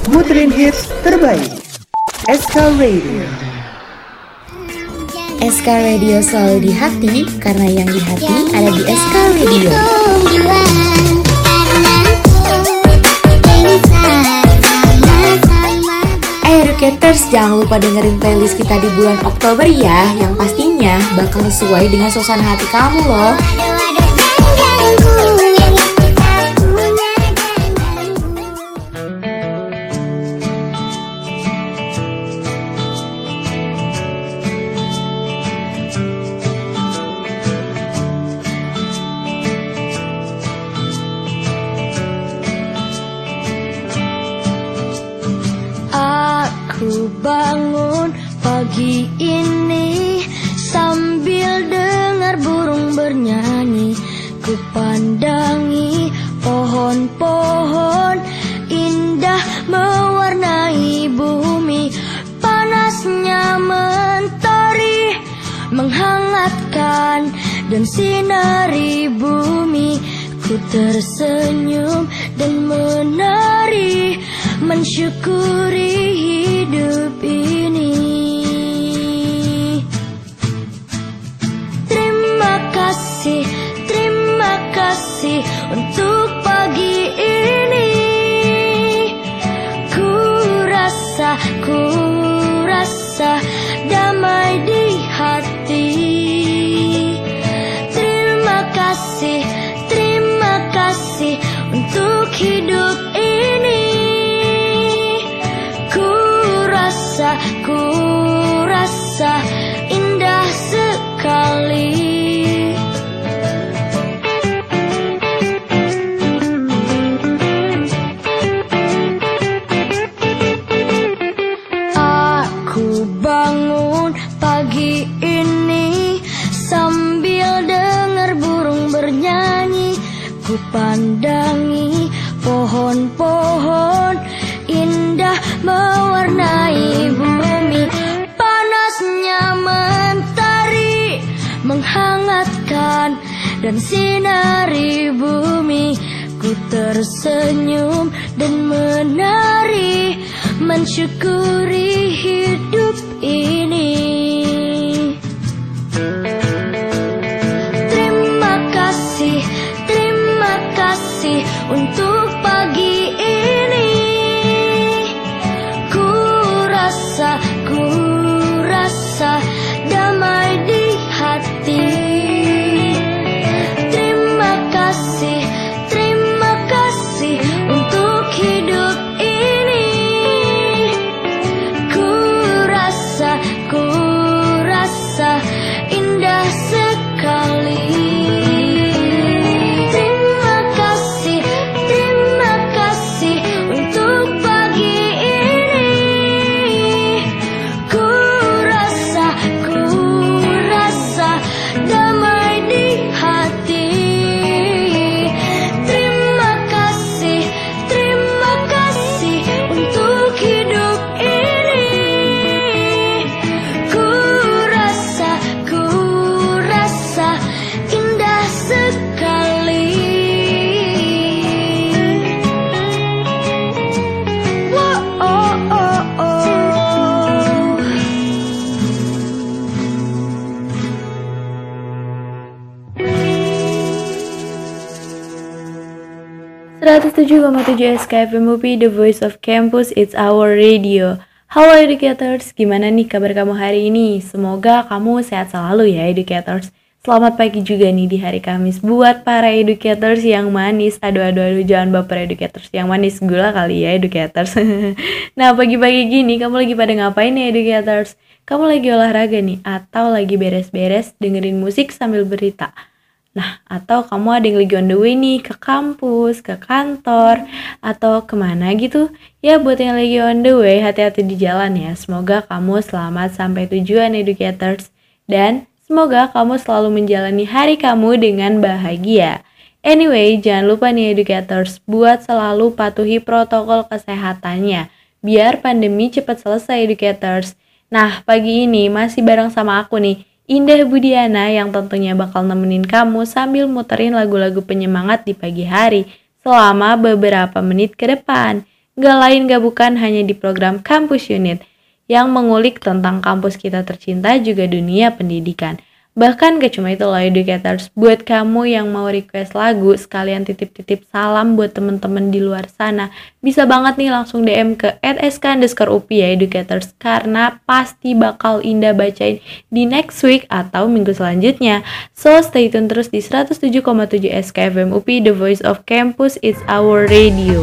muterin hits terbaik. SK Radio. SK Radio selalu di hati, karena yang di hati ada di SK Radio. Educators, jangan lupa dengerin playlist kita di bulan Oktober ya, yang pastinya bakal sesuai dengan suasana hati kamu loh. Aku bangun pagi ini sambil dengar burung bernyanyi. Ku pandangi pohon-pohon indah mewarnai bumi. Panasnya mentari menghangatkan dan sinari bumi. Ku tersenyum dan menari, mensyukuri hidup ini. Terima kasih untuk pagi ini. Ku rasa damai di hati. Terima kasih untuk hidup ini. Ku rasa indah sekali. Aku bangun pagi ini sambil dengar burung bernyanyi. Ku pandangi pohon-pohon indah mewarnai bumi. Panasnya mentari menghangatkan dan sinari bumi. Ku tersenyum dan menari, mensyukuri hidup ini. Terima kasih untuk pagi ini. Ku rasa damai di hati. Terima kasih untuk hidup ini. Ku rasa indah sekali. Terima kasih untuk pagi ini. Ku rasa damai di hati. Terima kasih untuk hidup ini. Ku rasa indah sekali. Whoa, oh, oh, oh. 107,7 SKFM UPI, The Voice of Campus, It's Our Radio. Halo Educators, gimana nih kabar kamu hari ini? Semoga kamu sehat selalu ya Educators. Selamat pagi juga nih di hari Kamis buat para Educators yang manis. Aduh, jangan baper Educators yang manis, gula kali ya Educators. Nah, pagi-pagi gini kamu lagi pada ngapain nih Educators? Kamu lagi olahraga nih? Atau lagi beres-beres dengerin musik sambil berita? Nah, atau kamu ada yang lagi on the way nih ke kampus, ke kantor, atau kemana gitu? Ya, buat yang lagi on the way, hati-hati di jalan ya. Semoga kamu selamat sampai tujuan Educators. Dan semoga kamu selalu menjalani hari kamu dengan bahagia. Anyway, jangan lupa nih Educators, buat selalu patuhi protokol kesehatannya, biar pandemi cepat selesai Educators. Nah, pagi ini masih bareng sama aku nih, Indah Budiana, yang tentunya bakal nemenin kamu sambil muterin lagu-lagu penyemangat di pagi hari selama beberapa menit ke depan. Gak lain gak bukan hanya di program Campus Unit yang mengulik tentang kampus kita tercinta juga dunia pendidikan. Bahkan gak cuma itu loh educators, buat kamu yang mau request lagu sekalian titip-titip salam buat temen-temen di luar sana, bisa banget nih langsung DM ke @sk_upi ya educators, karena pasti bakal Indah bacain di next week atau minggu selanjutnya. So stay tune terus di 107,7 SKFM UPI, The Voice of Campus, It's Our Radio.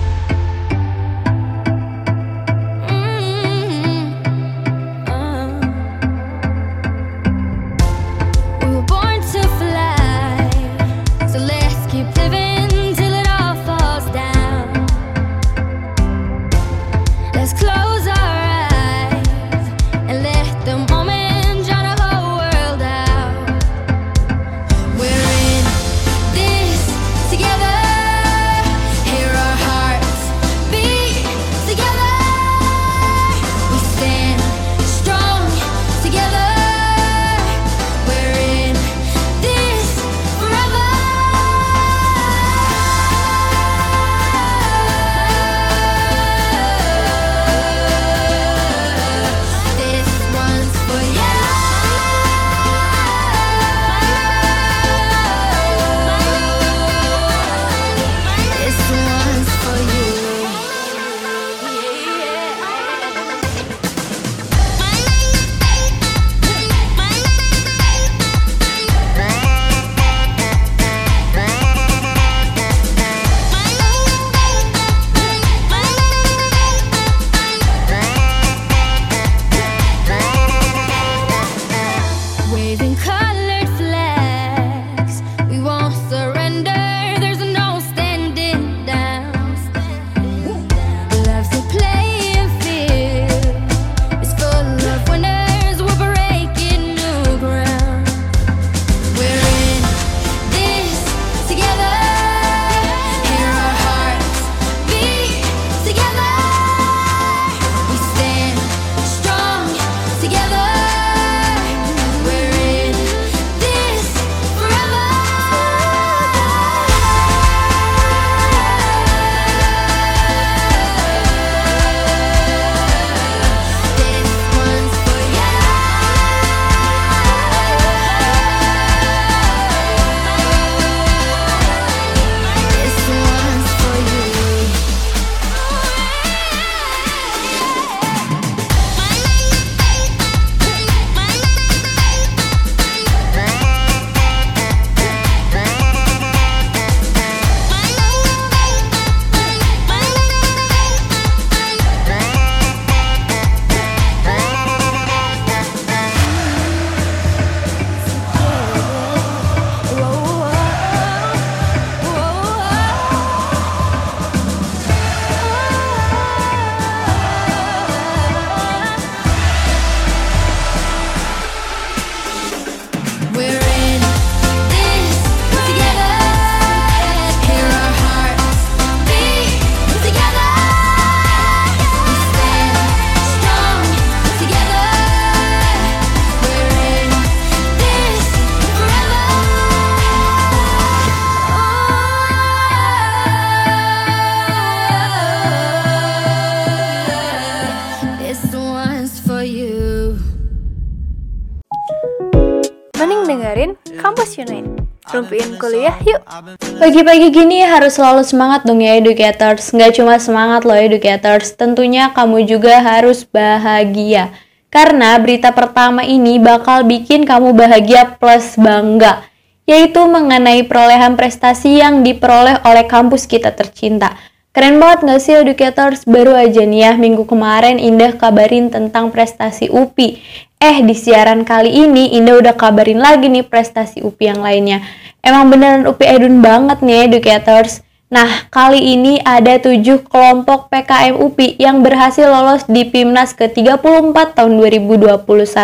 Mending dengerin Campus Unite. Rumpiin kuliah yuk. Pagi-pagi gini harus selalu semangat dong ya educators. Nggak cuma semangat loh educators, tentunya kamu juga harus bahagia. Karena berita pertama ini bakal bikin kamu bahagia plus bangga, yaitu mengenai perolehan prestasi yang diperoleh oleh kampus kita tercinta. Keren banget gak sih educators? Baru aja nih ya, minggu kemarin Indah kabarin tentang prestasi UPI. Di siaran kali ini Indah udah kabarin lagi nih prestasi UPI yang lainnya. Emang beneran UPI edun banget nih educators. Nah, kali ini ada 7 kelompok PKM UPI yang berhasil lolos di PIMNAS ke-34 tahun 2021.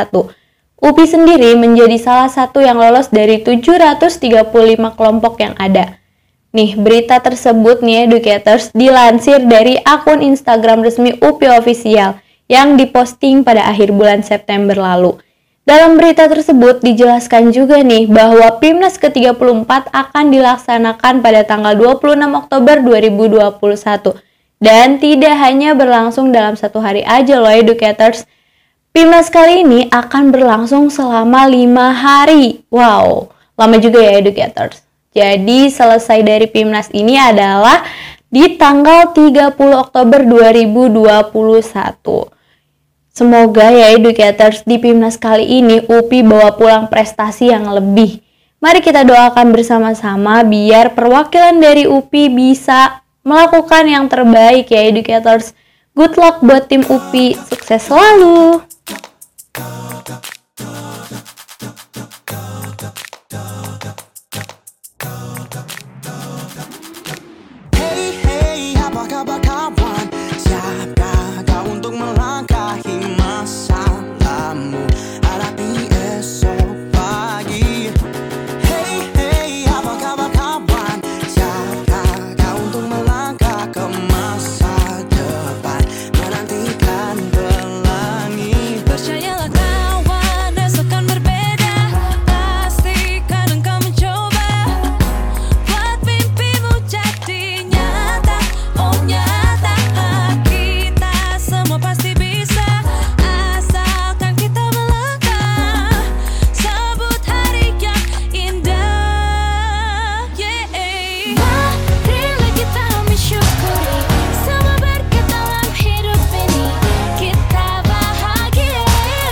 UPI sendiri menjadi salah satu yang lolos dari 735 kelompok yang ada. Nih, berita tersebut nih educators dilansir dari akun Instagram resmi UPI Official yang diposting pada akhir bulan September lalu. Dalam berita tersebut dijelaskan juga nih bahwa PIMNAS ke-34 akan dilaksanakan pada tanggal 26 Oktober 2021 Dan tidak hanya berlangsung dalam satu hari aja loh educators. PIMNAS kali ini akan berlangsung selama 5 hari. Wow, lama juga ya educators. Jadi selesai dari PIMNAS ini adalah di tanggal 30 Oktober 2021. Semoga ya educators di PIMNAS kali ini UPI bawa pulang prestasi yang lebih. Mari kita doakan bersama-sama biar perwakilan dari UPI bisa melakukan yang terbaik ya educators. Good luck buat tim UPI, sukses selalu. Hey, apa kabar kawan? Siapkah kau untuk melangkahi masalahmu? Hadapi esok pagi. Hey, apa kabar kawan? Siapkah kau untuk melangkah ke masa depan? Menantikan pelangi. Percayalah kawan, esok kan berbeda. Pastikan engkau mencoba buat mimpimu jadi nyata. Oh nyata, kita semua pasti bisa, asalkan kita melangkah. Sambut hari yang indah. Marilah kita mensyukuri semua berkat dalam hidup ini. Kita bahagia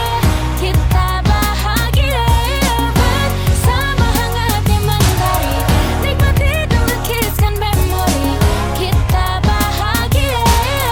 bersama hangatnya mentari. Nikmati dan lukiskan memori. Kita bahagia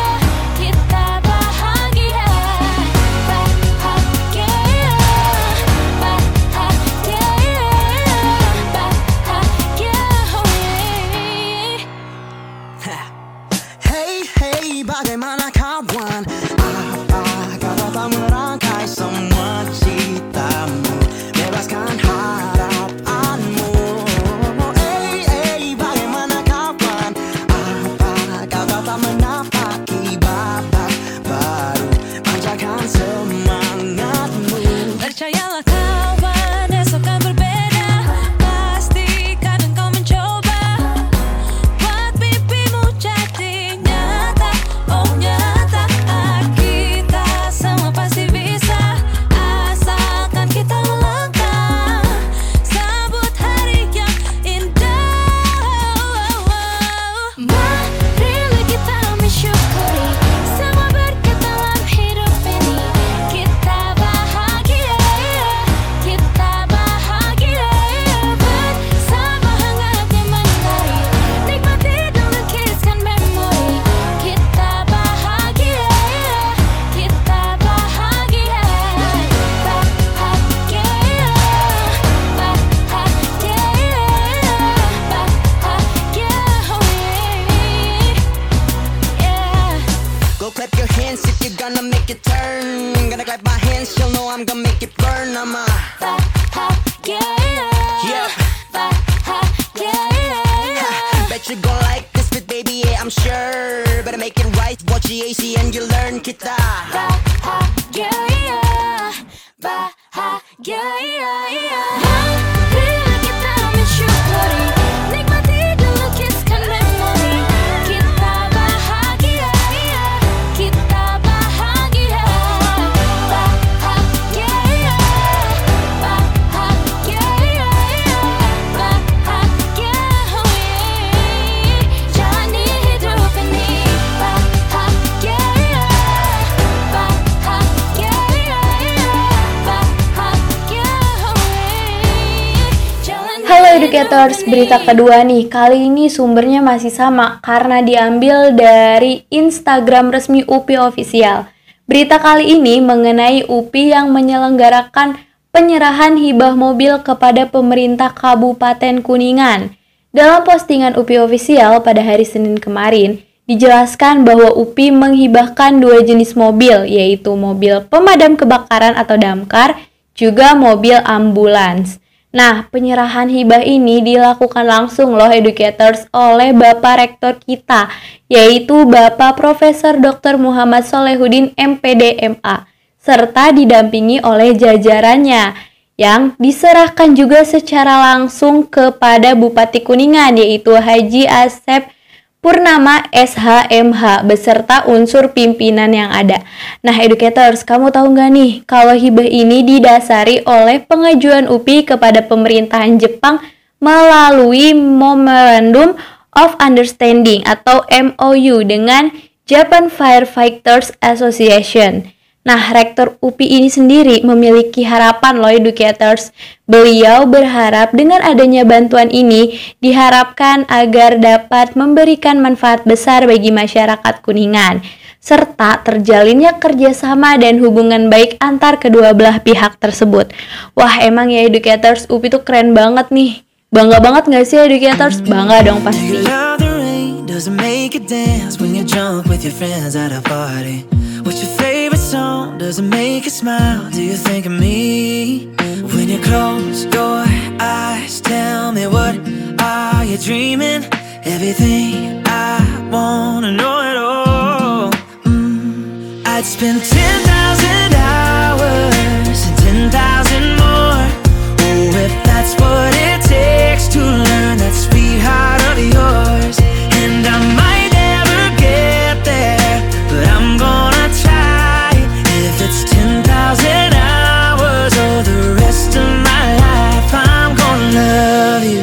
Hey, bagaimana kawan? Apakah kau tak merangkai semua citamu? Bebaskan harapanmu. Hey, bagaimana kawan? Apakah kau tak menapaki babak baru? Panjatkan semangatmu. Percayalah kawan, esok kan berbeda. Pastikan engkau mencoba buat mimpimu jadi nyata. Oh nyata, kita semua pasti bisa, asalkan kita melangkah. Sambut hari yang indah. Marilah kita mensyukuri semua berkat dalam hidup ini. Kita bahagia bersama hangatnya mentari. Nikmati dan lukiskan memori. Kita bahagia Go clap your hands if you're gonna make it turn. Gonna clap my hands, you'll know I'm gonna make it burn. Yeah. Bet you gon' like this bit, baby, yeah, I'm sure. Better make it right, watch the AC and you learn. Kita Marilah kita mensyukuri, nikmati dan lukiskan memori. Kita bahagia jalani hidup ini. Halo educators, berita kedua nih. Kali ini sumbernya masih sama karena diambil dari Instagram resmi UPI Official. Berita kali ini mengenai UPI yang menyelenggarakan penyerahan hibah mobil kepada pemerintah Kabupaten Kuningan. Dalam postingan UPI Official pada hari Senin kemarin, dijelaskan bahwa UPI menghibahkan 2 jenis mobil, yaitu mobil pemadam kebakaran atau damkar, juga mobil ambulans. Nah, penyerahan hibah ini dilakukan langsung loh educators oleh Bapak Rektor kita, yaitu Bapak Profesor Dr. Muhammad Solehudin MPD MA, serta didampingi oleh jajarannya, yang diserahkan juga secara langsung kepada Bupati Kuningan, yaitu Haji Asep Purnama SHMH beserta unsur pimpinan yang ada. Nah, educators, kamu tahu nggak nih kalau hibah ini didasari oleh pengajuan UPI kepada pemerintahan Jepang melalui Memorandum of Understanding atau MOU dengan Japan Firefighters Association. Nah, Rektor UPI ini sendiri memiliki harapan loh educators. Beliau berharap dengan adanya bantuan ini diharapkan agar dapat memberikan manfaat besar bagi masyarakat Kuningan, serta terjalinnya kerjasama dan hubungan baik antar kedua belah pihak tersebut. Wah, emang ya educators, UPI tuh keren banget nih. Bangga banget gak sih educators? Bangga dong pasti. Doesn't make you dance when you're drunk with your friends at a party. What's your favorite song? Does it make you smile? Do you think of me? When you close your eyes, tell me what are you dreaming? Everything I wanna know it all. I'd spend 10,000 hours and 10,000 more. Oh, if that's what it takes to learn that sweetheart of yours. And I might never get there, but I'm gonna try. If it's 10,000 hours or the rest of my life, I'm gonna love you.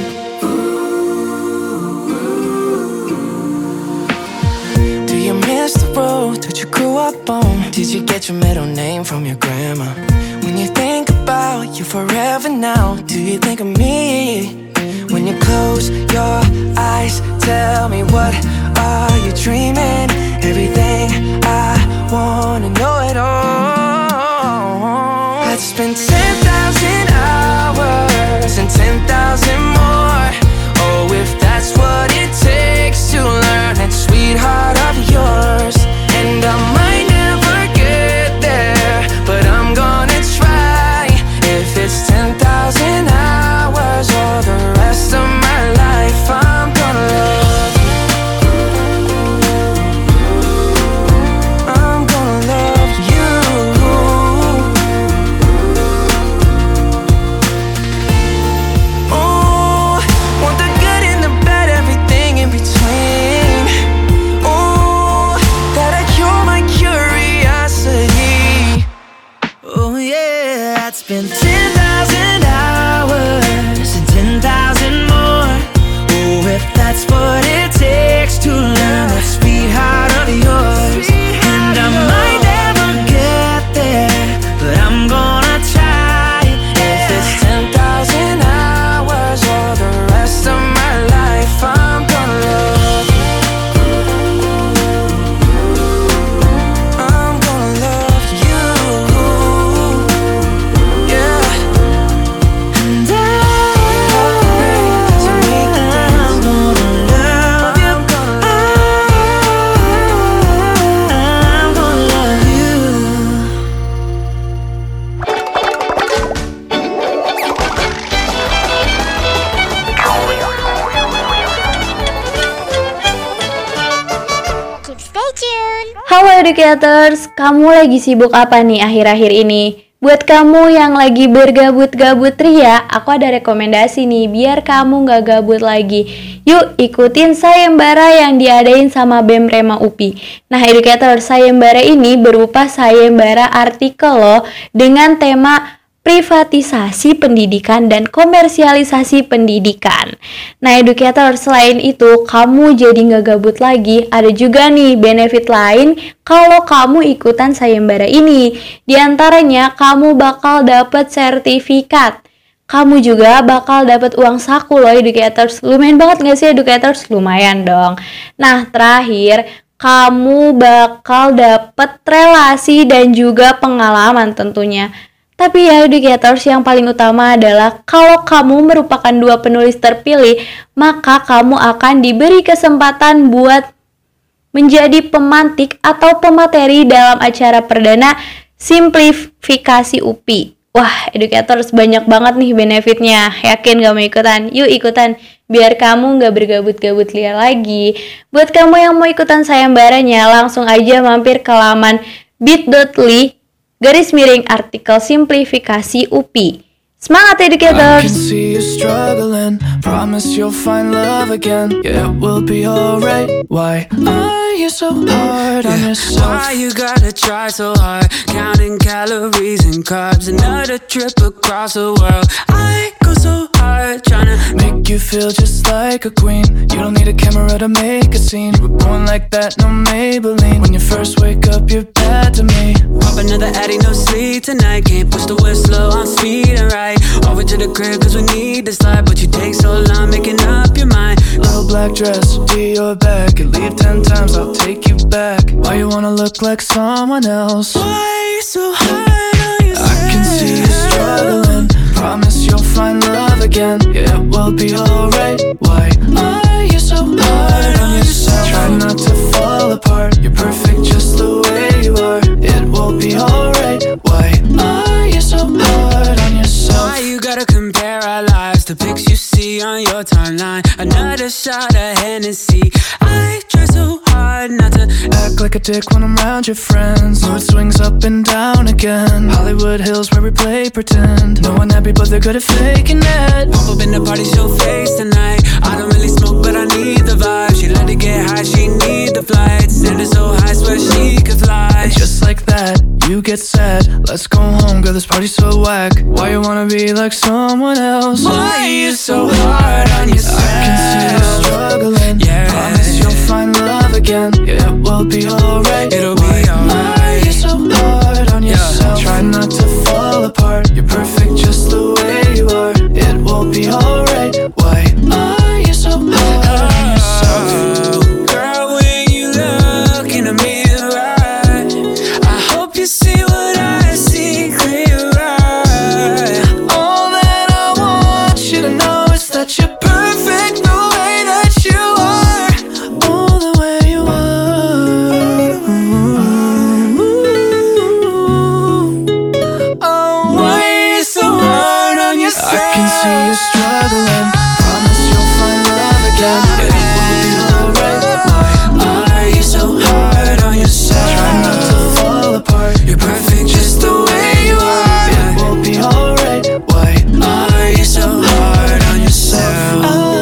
Do you miss the road that you grew up on? Did you get your middle name from your grandma? When you think about you forever now, do you think of me? When you close your eyes, tell me what are you dreaming? Everything I wanna know it all. I'd spend 10,000 hours and 10,000 more. Oh, if that's what it takes to learn that sweetheart of yours. And I might never get there, but I'm gonna try. If it's 10,000 hours or the rest of my life, I'm gonna love you. I'm gonna love you. Oh, want the good and the bad, everything in between. Oh, that'll cure my curiosity. Oh yeah, I'd spend 10,000 hours and 10,000 more. Oh, if that's what it takes to learn that sweetheart of yours. And I might never get there, but I'm gonna try. If it's 10,000 hours or the rest of my life, I'm gonna love you. I'm gonna love you. Yeah. And I'm gonna love you. I'm gonna love you. Keep stay tuned. Halo educators, kamu lagi sibuk apa nih akhir-akhir ini? Buat kamu yang lagi bergabut-gabut ria, aku ada rekomendasi nih biar kamu gak gabut lagi. Yuk ikutin sayembara yang diadain sama BEM Rema UPI. Nah educator, sayembara ini berupa sayembara artikel loh dengan tema privatisasi pendidikan dan komersialisasi pendidikan. Nah educator, selain itu kamu jadi nggak gabut lagi. Ada juga nih benefit lain kalau kamu ikutan sayembara ini. Di antaranya kamu bakal dapat sertifikat. Kamu juga bakal dapat uang saku loh educators. Lumayan banget nggak sih educators? Lumayan dong. Nah terakhir, kamu bakal dapat relasi dan juga pengalaman tentunya. Tapi ya educators, yang paling utama adalah kalau kamu merupakan 2 penulis terpilih, maka kamu akan diberi kesempatan buat menjadi pemantik atau pemateri dalam acara perdana simplifikasi UPI. Wah educators, banyak banget nih benefitnya. Yakin gak mau ikutan? Yuk ikutan, biar kamu gak bergabut-gabut liar lagi. Buat kamu yang mau ikutan sayembaranya, langsung aja mampir ke laman bit.ly / artikel simplifikasi UPI. Semangat I can educators! see you struggling. Promise you'll find love again. Yeah, it will be alright. Why are you so hard on yourself? Why you gotta try so hard? Counting calories and carbs. Another trip across the world. I go so hard trying to Make you feel just like a queen. You don't need a camera to make a scene. We're born like that, no Maybelline. When you first wake up, you're bad to me. pop another Addy, no sleep tonight. Can't push the whistle on speed and right. Over to the crib cause we need this life. But you take so long making up your mind. Little black dress, Dior bag. You leave 10 times, I'll take you back. Why you wanna look like someone else? Why you so hard on yourself? I can see you struggling. Promise you'll find love again. Yeah, it will be alright. Why are you so hard on yourself? Try not to fall apart. You're perfect just the way you are. It will be alright. Why are you so hard on yourself? Why you gotta compare our lives to pics you see on your timeline? Another shot of Hennessy. I try so hard not to Act like a dick when I'm around your friends. Mood swings up and down again. Hollywood Hills where we play pretend. No one happy but they're good at faking it. pop up in the party, show face tonight. I don't really smoke but I need the vibe. She let it get high, she need the flight. Send her so high, swear she could fly. And just like that, you get sad. Let's go home, girl, this party's so whack. Why you wanna be like someone else? Why are you so hard on yourself? I can see you struggling. Yeah. Promise you'll find love again. Yeah, it will be alright. It'll be Why alright. are you so hard on Yeah. yourself? Try not to fall apart. You're perfect just the way you are. It will be alright. Why are you so hard on yourself? Oh, girl, when you look in the mirror, I hope you see what I see clearer. All that I want you to know is that you're perfect the way that you are. All the way you are. Oh, Why are you so hard on yourself? I can see you struggling. Promise you'll find love again. It will be alright. Why are you so hard on yourself? try not to fall apart? You're perfect just the way you are. It will be alright. Why Are you so hard on yourself?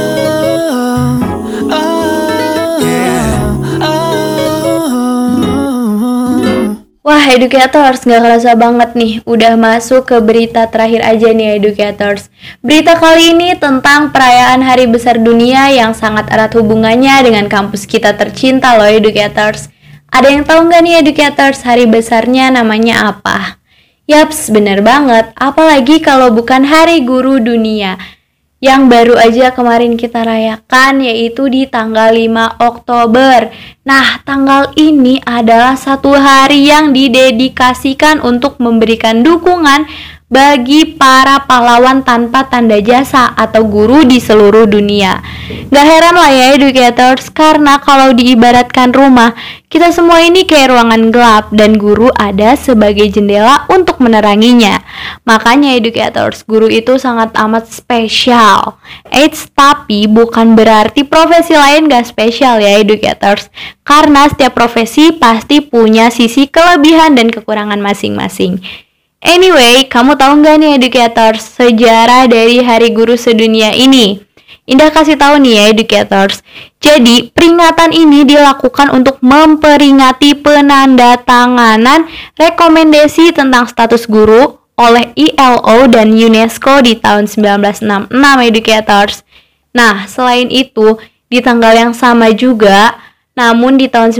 Wah, educators, nggak kerasa banget nih, udah masuk ke berita terakhir aja nih educators. Berita kali ini tentang perayaan Hari Besar Dunia yang sangat erat hubungannya dengan kampus kita tercinta loh educators. Ada yang tahu nggak nih educators, hari besarnya namanya apa? Yaps, bener banget, apalagi kalau bukan Hari Guru Dunia yang baru aja kemarin kita rayakan, yaitu di tanggal 5 Oktober. Nah, tanggal ini adalah satu hari yang didedikasikan untuk memberikan dukungan bagi para pahlawan tanpa tanda jasa atau guru di seluruh dunia. Gak heran lah ya educators, karena kalau diibaratkan rumah, kita semua ini kayak ruangan gelap dan guru ada sebagai jendela untuk meneranginya. Makanya educators, guru itu sangat amat spesial. Eits, tapi bukan berarti profesi lain gak spesial ya educators, karena setiap profesi pasti punya sisi kelebihan dan kekurangan masing-masing. Anyway, kamu tahu nggak nih educators sejarah dari Hari Guru Sedunia ini? Indah kasih tahu nih ya educators. Jadi peringatan ini dilakukan untuk memperingati penandatanganan rekomendasi tentang status guru oleh ILO dan UNESCO di tahun 1966 educators. Nah, selain itu di tanggal yang sama juga, namun di tahun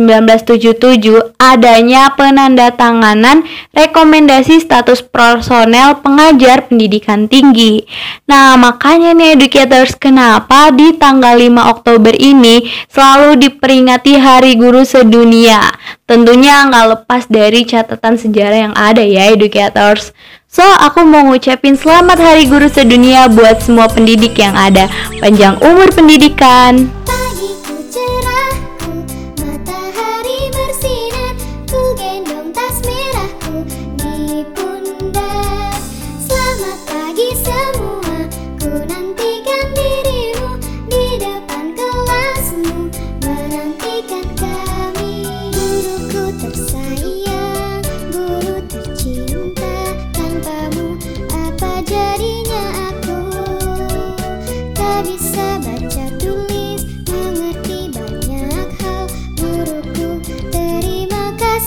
1977 adanya penandatanganan rekomendasi status personel pengajar pendidikan tinggi. Nah, makanya nih educators, kenapa di tanggal 5 Oktober ini selalu diperingati Hari Guru Sedunia? Tentunya nggak lepas dari catatan sejarah yang ada ya educators. So, aku mau ngucapin selamat Hari Guru Sedunia buat semua pendidik yang ada. Panjang umur pendidikan. Pagiku cerahku, matahari bersinar, ku gendong tas merahku di pundak. Selamat pagi semua, ku nantikan dirimu di depan kelasmu, menantikan kami. Guruku tersayang, guru tercinta, tanpamu apa jadinya?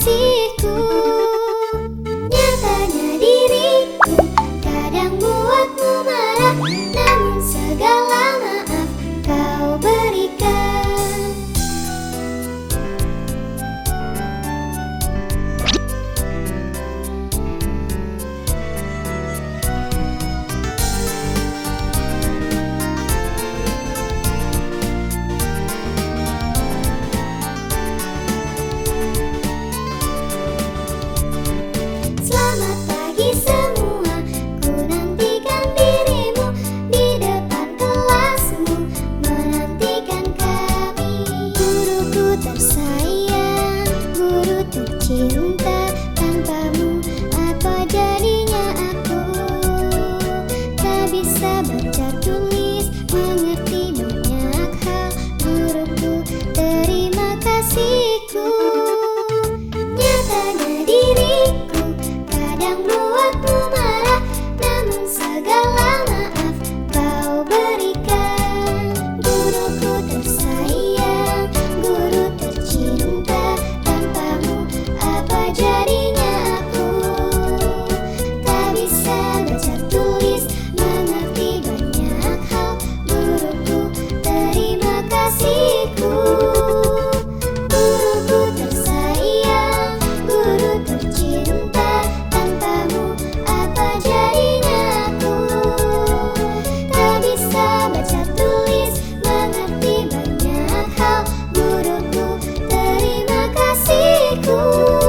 kasihku. Nyatanya diriku kadang buatmu marah, namun segala maaf kau berikan. Selamat pagi semua, ku nantikan dirimu di depan kelasmu, menantikan kami. Guruku tersayang, guru tercinta, tanpamu apa jadinya aku? Tak bisa baca tulis, mengerti banyak hal, guruku terima kasihku. Nyatanya diriku kadang buatmu marah, namun segala maaf kau berikan. Guruku tersayang, guru tercinta, tanpamu apa jadinya aku? Tak bisa baca tulis, mengerti banyak hal, guruku terima kasihku. Guruku tersayang, guru tercinta, tanpamu apa jadinya aku? Tak bisa baca tulis, mengerti banyak hal, guruku terima kasihku.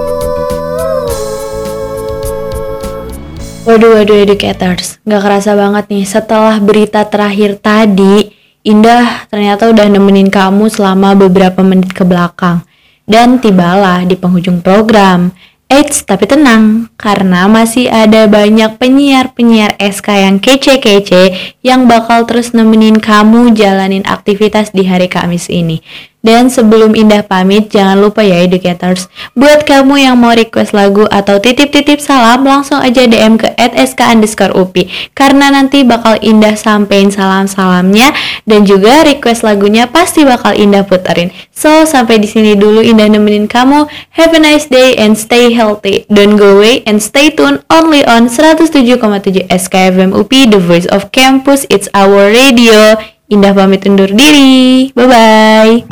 Waduh educators, gak kerasa banget nih setelah berita terakhir tadi, Indah ternyata udah nemenin kamu selama beberapa menit ke belakang. Dan tibalah di penghujung program. Eits, tapi tenang, karena masih ada banyak penyiar-penyiar SK yang kece-kece yang bakal terus nemenin kamu jalanin aktivitas di hari Kamis ini. Dan sebelum Indah pamit, jangan lupa ya educators, buat kamu yang mau request lagu atau titip-titip salam, langsung aja DM ke @sk_upi, karena nanti bakal Indah sampein salam-salamnya dan juga request lagunya pasti bakal Indah puterin. So, sampai di sini dulu Indah nemenin kamu. Have a nice day and stay healthy. Don't go away and stay tuned only on 107,7 SKFM UPI, The Voice of Campus, It's Our Radio. Indah pamit undur diri. Bye-bye.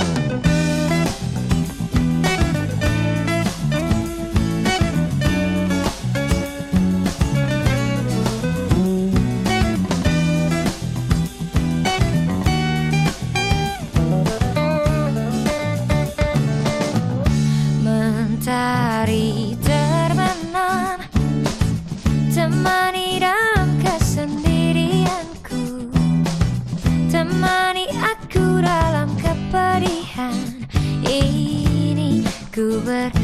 Mentari terbenam, temani dalam kesendirianku, temani aku dalam kepedihan ini, ku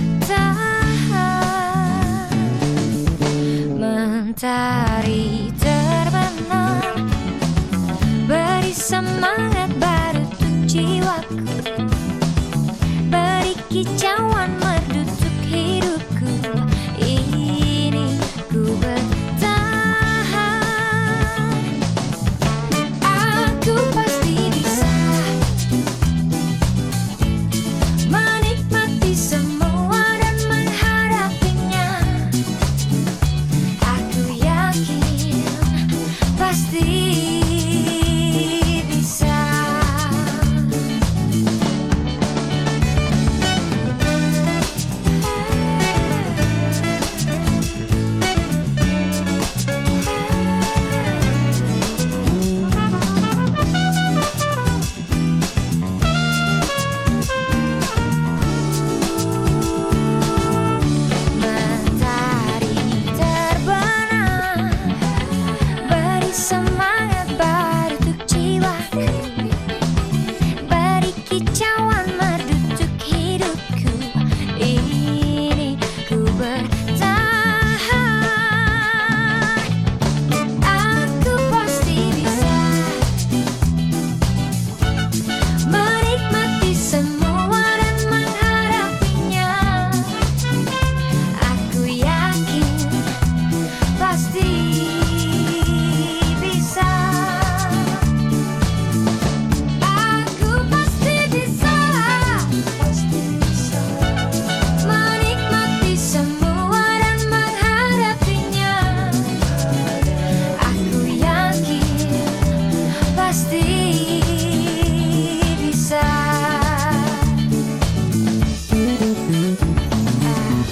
bertahan. Mentari terbenam, beri semangat baru untuk jiwaku, beri kicauan merdu untuk hidupku ini, ku bertahan. Aku pasti bisa menikmati semua dan menghadapinya. Aku yakin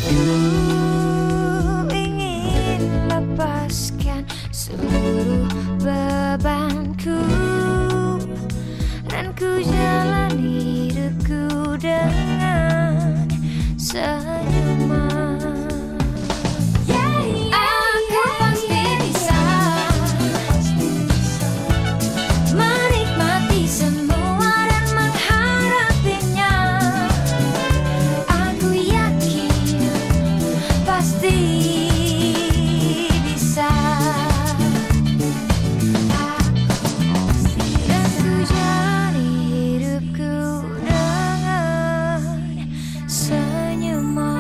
ingin lepaskan seluruh bebanku, dan ku jalani hidupku dengan senyuman. Aku pasti bisa menikmati semua dan menghadapinya. Aku yakin pasti bisa. Dan ku jalani hidupku dengan senyuman.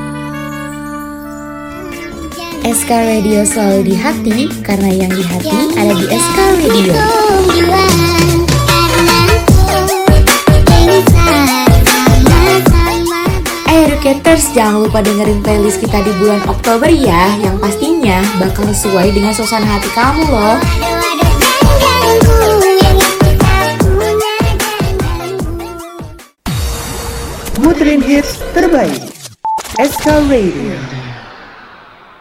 SK Radio selalu di hati, karena yang di hati ada di SK Radio. Educators, jangan lupa dengerin playlist kita di bulan Oktober ya, yang pastinya bakal sesuai dengan suasana hati kamu loh. Muterin hits terbaik SK Radio.